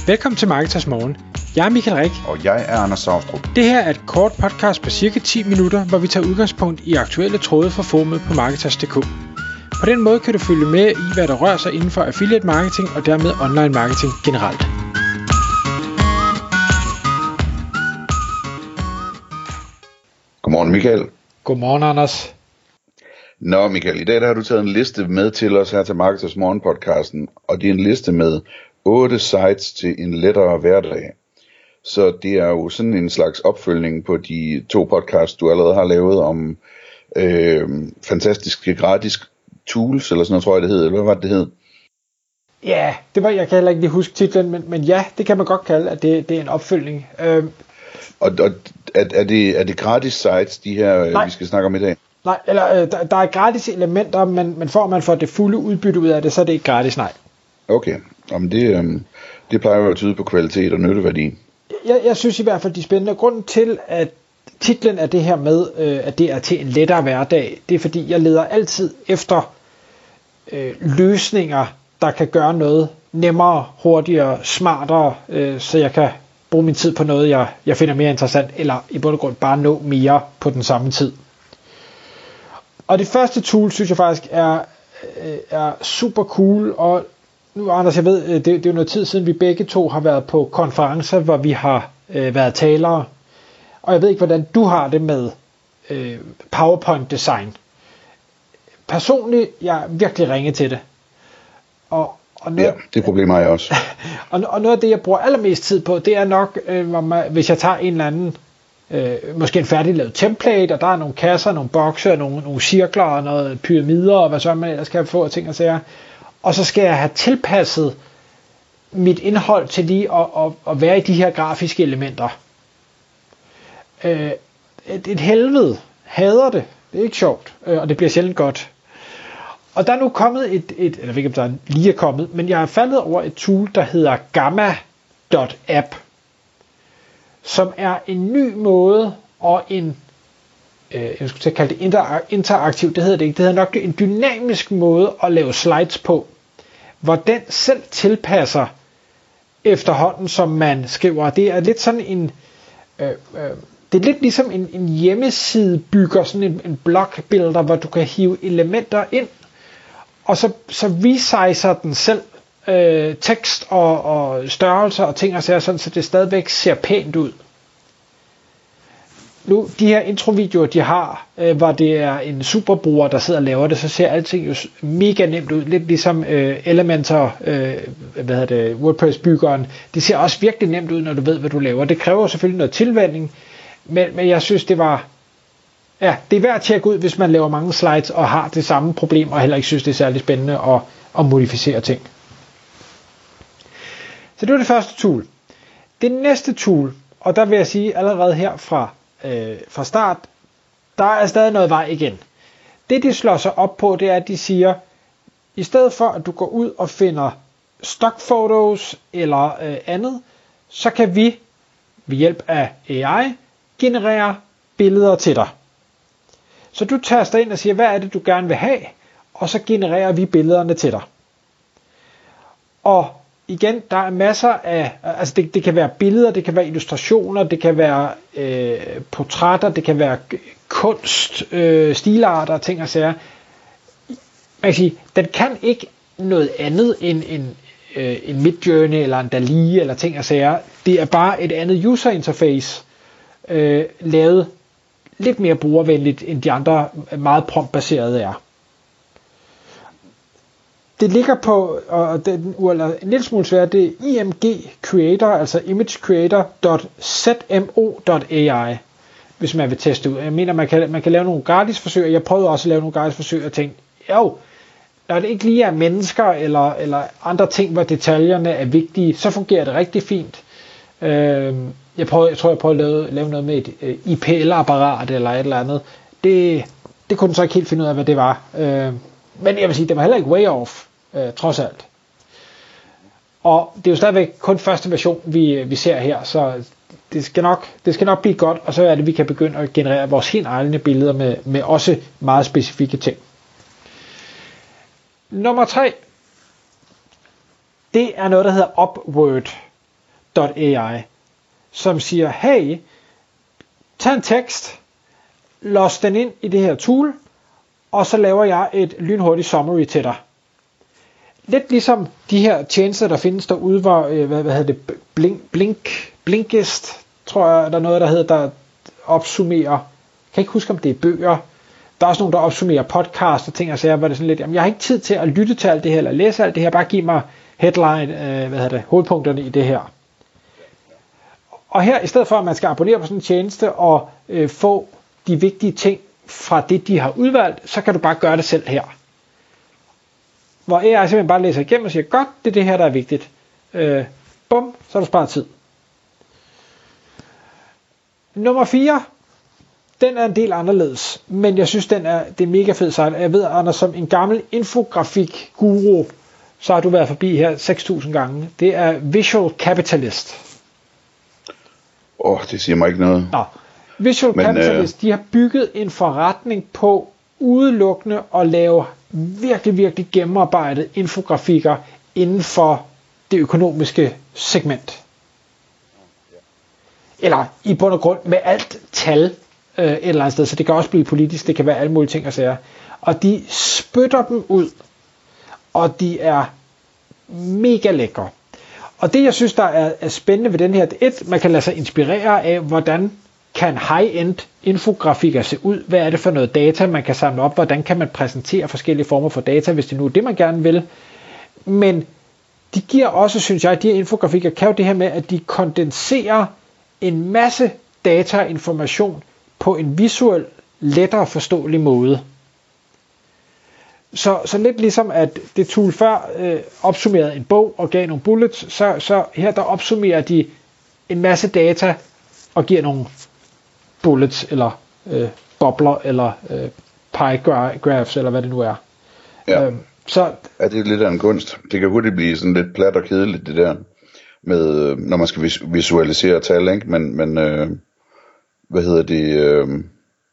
Velkommen til Marketers Morgen. Jeg er Michael Rik. Og jeg er Anders Saustrup. Det her er et kort podcast på cirka 10 minutter, hvor vi tager udgangspunkt i aktuelle tråde fra forumet på Marketers.dk. På den måde kan du følge med i, hvad der rører sig inden for affiliate marketing og dermed online marketing generelt. Godmorgen Michael. Godmorgen Anders. Nå Michael, i dag der har du taget en liste med til os her til Marketers Morgen podcasten, og det er en liste med 8 sites til en lettere hverdag. Så det er jo sådan en slags opfølgning på de 2 podcasts, du allerede har lavet om fantastiske gratis tools, eller sådan noget, tror jeg det hed, eller hvad var det hed? Ja, jeg kan heller ikke lige huske titlen, men ja, det kan man godt kalde, at det er en opfølgning. Og er det gratis sites, de her, vi skal snakke om i dag? Nej, eller der er gratis elementer, men for at man får det fulde udbytte ud af det, så er det ikke gratis, nej. Okay, jamen det plejer jo at tyde på kvalitet og nytteværdi. Jeg synes i hvert fald, de er spændende. Grunden til, at titlen er det her med, at det er til en lettere hverdag, det er fordi, jeg leder altid efter løsninger, der kan gøre noget nemmere, hurtigere, smartere, så jeg kan bruge min tid på noget, jeg finder mere interessant, eller i bund og grund bare nå mere på den samme tid. Og det første tool, synes jeg faktisk er super cool, og nu Anders, jeg ved, det er jo noget tid siden, vi begge to har været på konferencer, hvor vi har været talere, og jeg ved ikke, hvordan du har det med PowerPoint design. Personligt, jeg er virkelig ringe til det. Og noget, ja, det problem har jeg også. og noget af det, jeg bruger allermest tid på, det er nok, hvis jeg tager en eller anden, måske en færdiglavet template, og der er nogle kasser, nogle bokse, nogle cirkler, og noget pyramider, og hvad så man ellers kan få af ting og sager. Og så skal jeg have tilpasset mit indhold til lige at være i de her grafiske elementer. Et helvede. Hader det. Det er ikke sjovt, og det bliver sjældent godt. Og der er nu kommet eller jeg ved ikke, om der lige er kommet, men jeg er faldet over et tool, der hedder Gamma.app, som er en ny måde og en, jeg skulle til at kalde det interaktiv, det hedder det ikke, det hedder nok en dynamisk måde at lave slides på, hvor den selv tilpasser efterhånden, som man skriver. Det er lidt sådan en, det er lidt ligesom en hjemmeside bygger, sådan en blogbuilder, hvor du kan hive elementer ind, og så resizer den selv tekst og størrelser og ting og sager, sådan så det stadigvæk ser pænt ud. Nu, de her introvideoer, de har, hvor det er en superbruger, der sidder og laver det, så ser alting jo mega nemt ud. Lidt ligesom Elementor, WordPress-byggeren. Det ser også virkelig nemt ud, når du ved, hvad du laver. Det kræver selvfølgelig noget tilvænning, men jeg synes, det er værd at tjekke ud, hvis man laver mange slides og har det samme problem, og heller ikke synes, det er særlig spændende at modificere ting. Så det var det første tool. Det næste tool, og der vil jeg sige allerede her fra start, der er stadig noget vej igen. Det de slår sig op på, det er, at de siger, i stedet for at du går ud og finder stockfotos eller andet, så kan vi ved hjælp af AI generere billeder til dig. Så du taster ind og siger, hvad er det du gerne vil have, og så genererer vi billederne til dig. Og igen, der er masser af, altså det kan være billeder, det kan være illustrationer, det kan være portrætter, det kan være kunst, stilarter, ting og sager. Man kan sige, den kan ikke noget andet end en Midjourney eller en DALL-E eller ting og sager. Det er bare et andet user interface, lavet lidt mere brugervenligt end de andre meget promptbaserede er. Det ligger på, og den URL er en lille smule svært, det er IMG Creator, altså imagecreator.zmo.ai, hvis man vil teste ud. Jeg mener, man kan lave nogle gratis forsøg, jeg prøvede også at lave nogle gratis forsøg og tænkte, når det ikke lige er mennesker eller andre ting, hvor detaljerne er vigtige, så fungerer det rigtig fint. Jeg tror, jeg prøvede at lave noget med et IPL-apparat eller et eller andet. Det kunne den så ikke helt finde ud af, hvad det var. Men jeg vil sige, det var heller ikke way off, trods alt. Og det er jo stadigvæk kun første version, vi ser her, så det skal nok blive godt, og så er det, vi kan begynde at generere vores helt egne billeder med også meget specifikke ting. Nummer 3, det er noget, der hedder Upword. Write.ai, som siger, hey, tag en tekst, lås den ind i det her tool, og så laver jeg et lynhurtigt summary til dig. Lidt ligesom de her tjenester, der findes derude, hvor, hvad hedder det, Blinkist, tror jeg, der er noget, der hedder, der opsummerer, jeg kan ikke huske, om det er bøger, der er også nogen, der opsummerer podcast og ting og sager, hvor det er sådan lidt, jamen jeg har ikke tid til at lytte til alt det her, eller læse alt det her, bare giv mig headline, hovedpunkterne i det her. Og her, i stedet for at man skal abonnere på sådan en tjeneste og få de vigtige ting fra det, de har udvalgt, så kan du bare gøre det selv her. Hvor AI simpelthen bare læser igennem og siger, godt, det er det her, der er vigtigt. Bum, så har du sparet tid. Nummer 4, den er en del anderledes, men jeg synes, det er mega fed site. Jeg ved, Anders, som en gammel infografik-guru, så har du været forbi her 6.000 gange. Det er Visual Capitalist. Det siger mig ikke noget. Nå. Visual Capitalist, de har bygget en forretning på udelukkende at lave virkelig, virkelig gennemarbejdet infografikker inden for det økonomiske segment. Eller i bund og grund med alt tal et eller andet sted, så det kan også blive politisk, det kan være alle mulige ting og sager. Og de spytter dem ud, og de er mega lækre. Og det jeg synes der er spændende ved den her, det man kan lade sig inspirere af, hvordan kan high-end infografikker se ud, hvad er det for noget data man kan samle op, hvordan kan man præsentere forskellige former for data, hvis det nu er det man gerne vil. Men de giver også, synes jeg, de her infografikker kan jo det her med, at de kondenserer en masse data og information på en visuel, lettere forståelig måde. Så lidt ligesom at det tool før opsummerede en bog og gav nogle bullets, så her der opsummerer de en masse data og giver nogle bullets eller bobler eller pie graphs eller hvad det nu er. Ja. Det er lidt af en kunst. Det kan hurtigt blive sådan lidt plat og kedeligt det der med når man skal visualisere tal, ikke? Men hvad hedder det?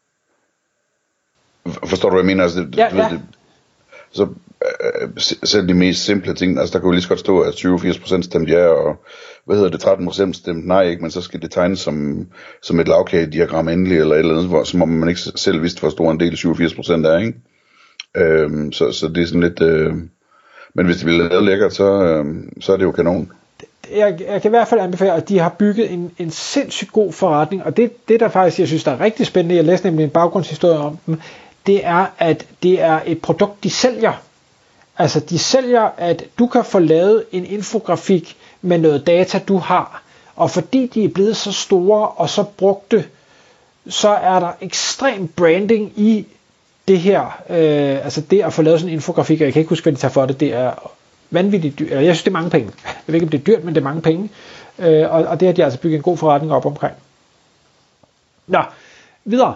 Forstår du hvad jeg mener? Altså, det, så selv de mest simple ting, altså der kan jo lige så godt stå, at 20-80% stemte ja, og 13% stemte nej, ikke? Men så skal det tegnes som et lavkagediagram endelig, eller et eller andet, som om man ikke selv vidste, hvor stor en del 87% er, ikke? Så det er sådan lidt, men hvis det bliver lavet lækkert, så er det jo kanon. Jeg kan i hvert fald anbefale, at de har bygget en sindssygt god forretning, og det der faktisk, jeg synes, der er rigtig spændende, jeg læste nemlig en baggrundshistorie om dem, det er, at det er et produkt, de sælger. Altså, de sælger, at du kan få lavet en infografik med noget data, du har, og fordi de er blevet så store og så brugte, så er der ekstrem branding i det her, altså det at få lavet sådan en infografik, og jeg kan ikke huske, hvad de tager for det, det er vanvittigt dyrt, jeg synes, det er mange penge. Jeg ved ikke, om det er dyrt, men det er mange penge, og det har de altså bygget en god forretning op omkring. Nå, videre.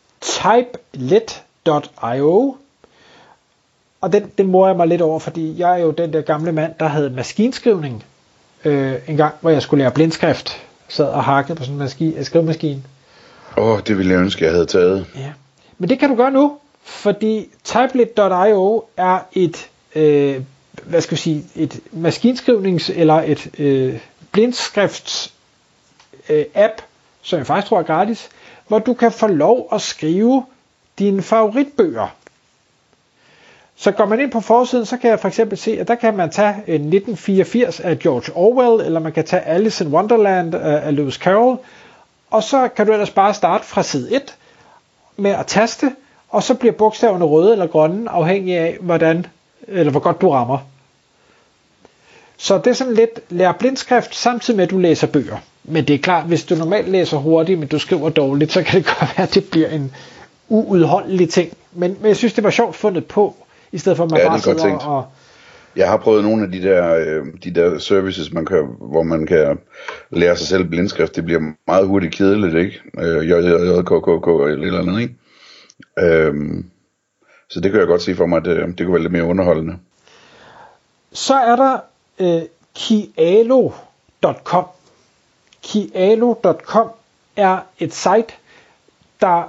Typelet.io, og den morer jeg mig lidt over, fordi jeg er jo den der gamle mand, der havde maskinskrivning en gang, hvor jeg skulle lære blindskrift, sad og hakkede på sådan en skrivemaskine. Det ville jeg ønske, jeg havde taget. Ja. Men det kan du gøre nu, fordi Typelet.io er et et maskinskrivnings- eller et blindskrifts app, som jeg faktisk tror er gratis, hvor du kan få lov at skrive dine favoritbøger. Så går man ind på forsiden, så kan jeg for eksempel se, at der kan man tage 1984 af George Orwell, eller man kan tage Alice in Wonderland af Lewis Carroll, og så kan du ellers bare starte fra side 1 med at taste, og så bliver bogstaverne røde eller grønne, afhængig af hvor godt du rammer. Så det er sådan lidt lære blindskrift, samtidig med at du læser bøger. Men det er klart, hvis du normalt læser hurtigt, men du skriver dårligt, så kan det godt være, at det bliver en uudholdelig ting. Men jeg synes, det var sjovt fundet på, i stedet for at man bare sidder og... Jeg har prøvet nogle af de der services, hvor man kan lære sig selv blindskrift. Det bliver meget hurtigt kedeligt, ikke? JJKKK eller andet, ikke? Så det kan jeg godt se for mig, at det kunne være lidt mere underholdende. Så er der Kialo.com. Kialo.com er et site, der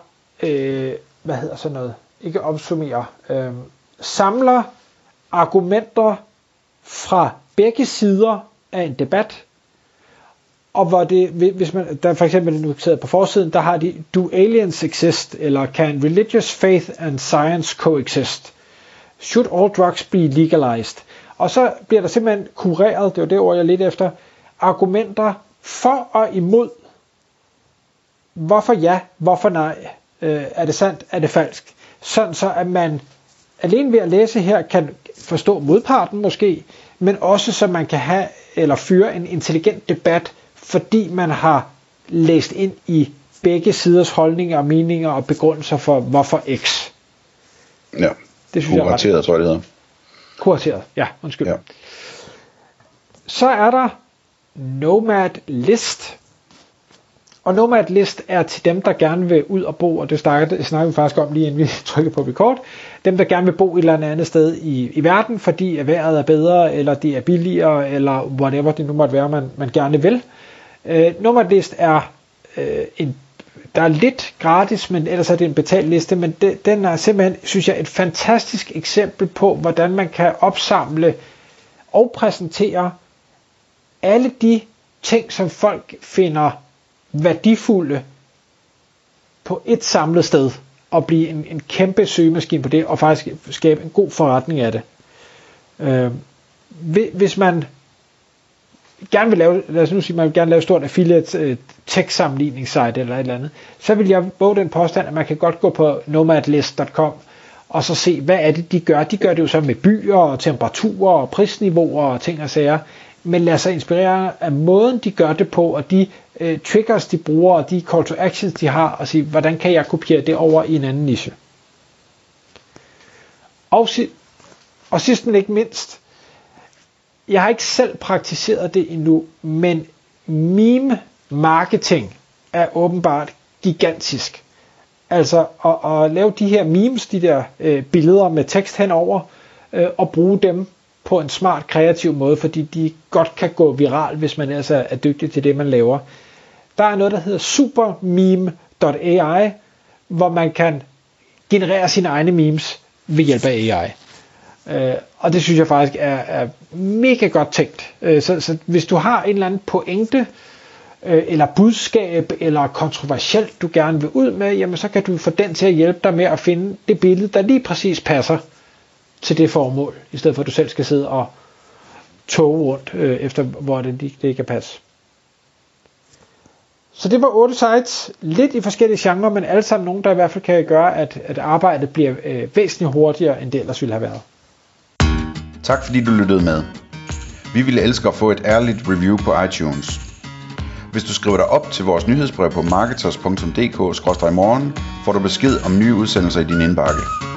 ikke opsummerer, samler argumenter fra begge sider af en debat, og hvor det, hvis man, der for eksempel noteret på forsiden, der har de, do aliens exist, eller can religious faith and science coexist? Should all drugs be legalized? Og så bliver der simpelthen kureret, det var det ord, jeg lidt efter, argumenter for og imod. Hvorfor ja, hvorfor nej? Er det sandt, er det falsk? Sådan så, at man alene ved at læse her, kan forstå modparten måske, men også så man kan have eller føre en intelligent debat, fordi man har læst ind i begge siders holdninger og meninger og begrundelser for hvorfor X. Ja, det synes kurateret, tror jeg det hedder. Kurateret, ja, undskyld. Ja. Så er der Nomad List. Og Nomad List er til dem, der gerne vil ud og bo, og det snakker vi faktisk om lige inden vi trykker på record. Dem, der gerne vil bo et eller andet sted i verden, fordi vejret er bedre, eller det er billigere, eller whatever det nu måtte være, man gerne vil. Nomad List er der er lidt gratis, men ellers er det en betalt liste, men den er simpelthen, synes jeg, et fantastisk eksempel på, hvordan man kan opsamle og præsentere alle de ting, som folk finder værdifulde på et samlet sted, og blive en kæmpe søgemaskine på det, og faktisk skabe en god forretning af det. Hvis man gerne vil lave, lad os nu sige, man vil gerne lave stort affiliate tekstsammenligningssite eller et eller andet, så vil jeg våge den påstand, at man kan godt gå på nomadlist.com og så se, hvad er det, de gør. De gør det jo så med byer og temperaturer og prisniveauer og ting og sager, men lad sig inspirere af måden, de gør det på, og de triggers, de bruger, og de call to actions, de har, og sige, hvordan kan jeg kopiere det over i en anden niche. Og sidst men ikke mindst, jeg har ikke selv praktiseret det endnu, men meme marketing er åbenbart gigantisk. Altså at lave de her memes, de der billeder med tekst henover, og bruge dem på en smart, kreativ måde, fordi de godt kan gå viral, hvis man altså er dygtig til det, man laver. Der er noget, der hedder supermeme.ai, hvor man kan generere sine egne memes ved hjælp af AI. Og det synes jeg faktisk er mega godt tænkt. Så hvis du har en eller anden pointe, eller budskab, eller kontroversielt, du gerne vil ud med, jamen så kan du få den til at hjælpe dig med at finde det billede, der lige præcis passer til det formål, i stedet for at du selv skal sidde og toge rundt efter, hvor det kan passe. Så det var 8 sites, lidt i forskellige genrer, men alle sammen nogle, der i hvert fald kan gøre, at arbejdet bliver væsentligt hurtigere, end det ellers ville have været. Tak fordi du lyttede med. Vi ville elske at få et ærligt review på iTunes. Hvis du skriver dig op til vores nyhedsbrev på marketers.dk/morgen, får du besked om nye udsendelser i din indbakke.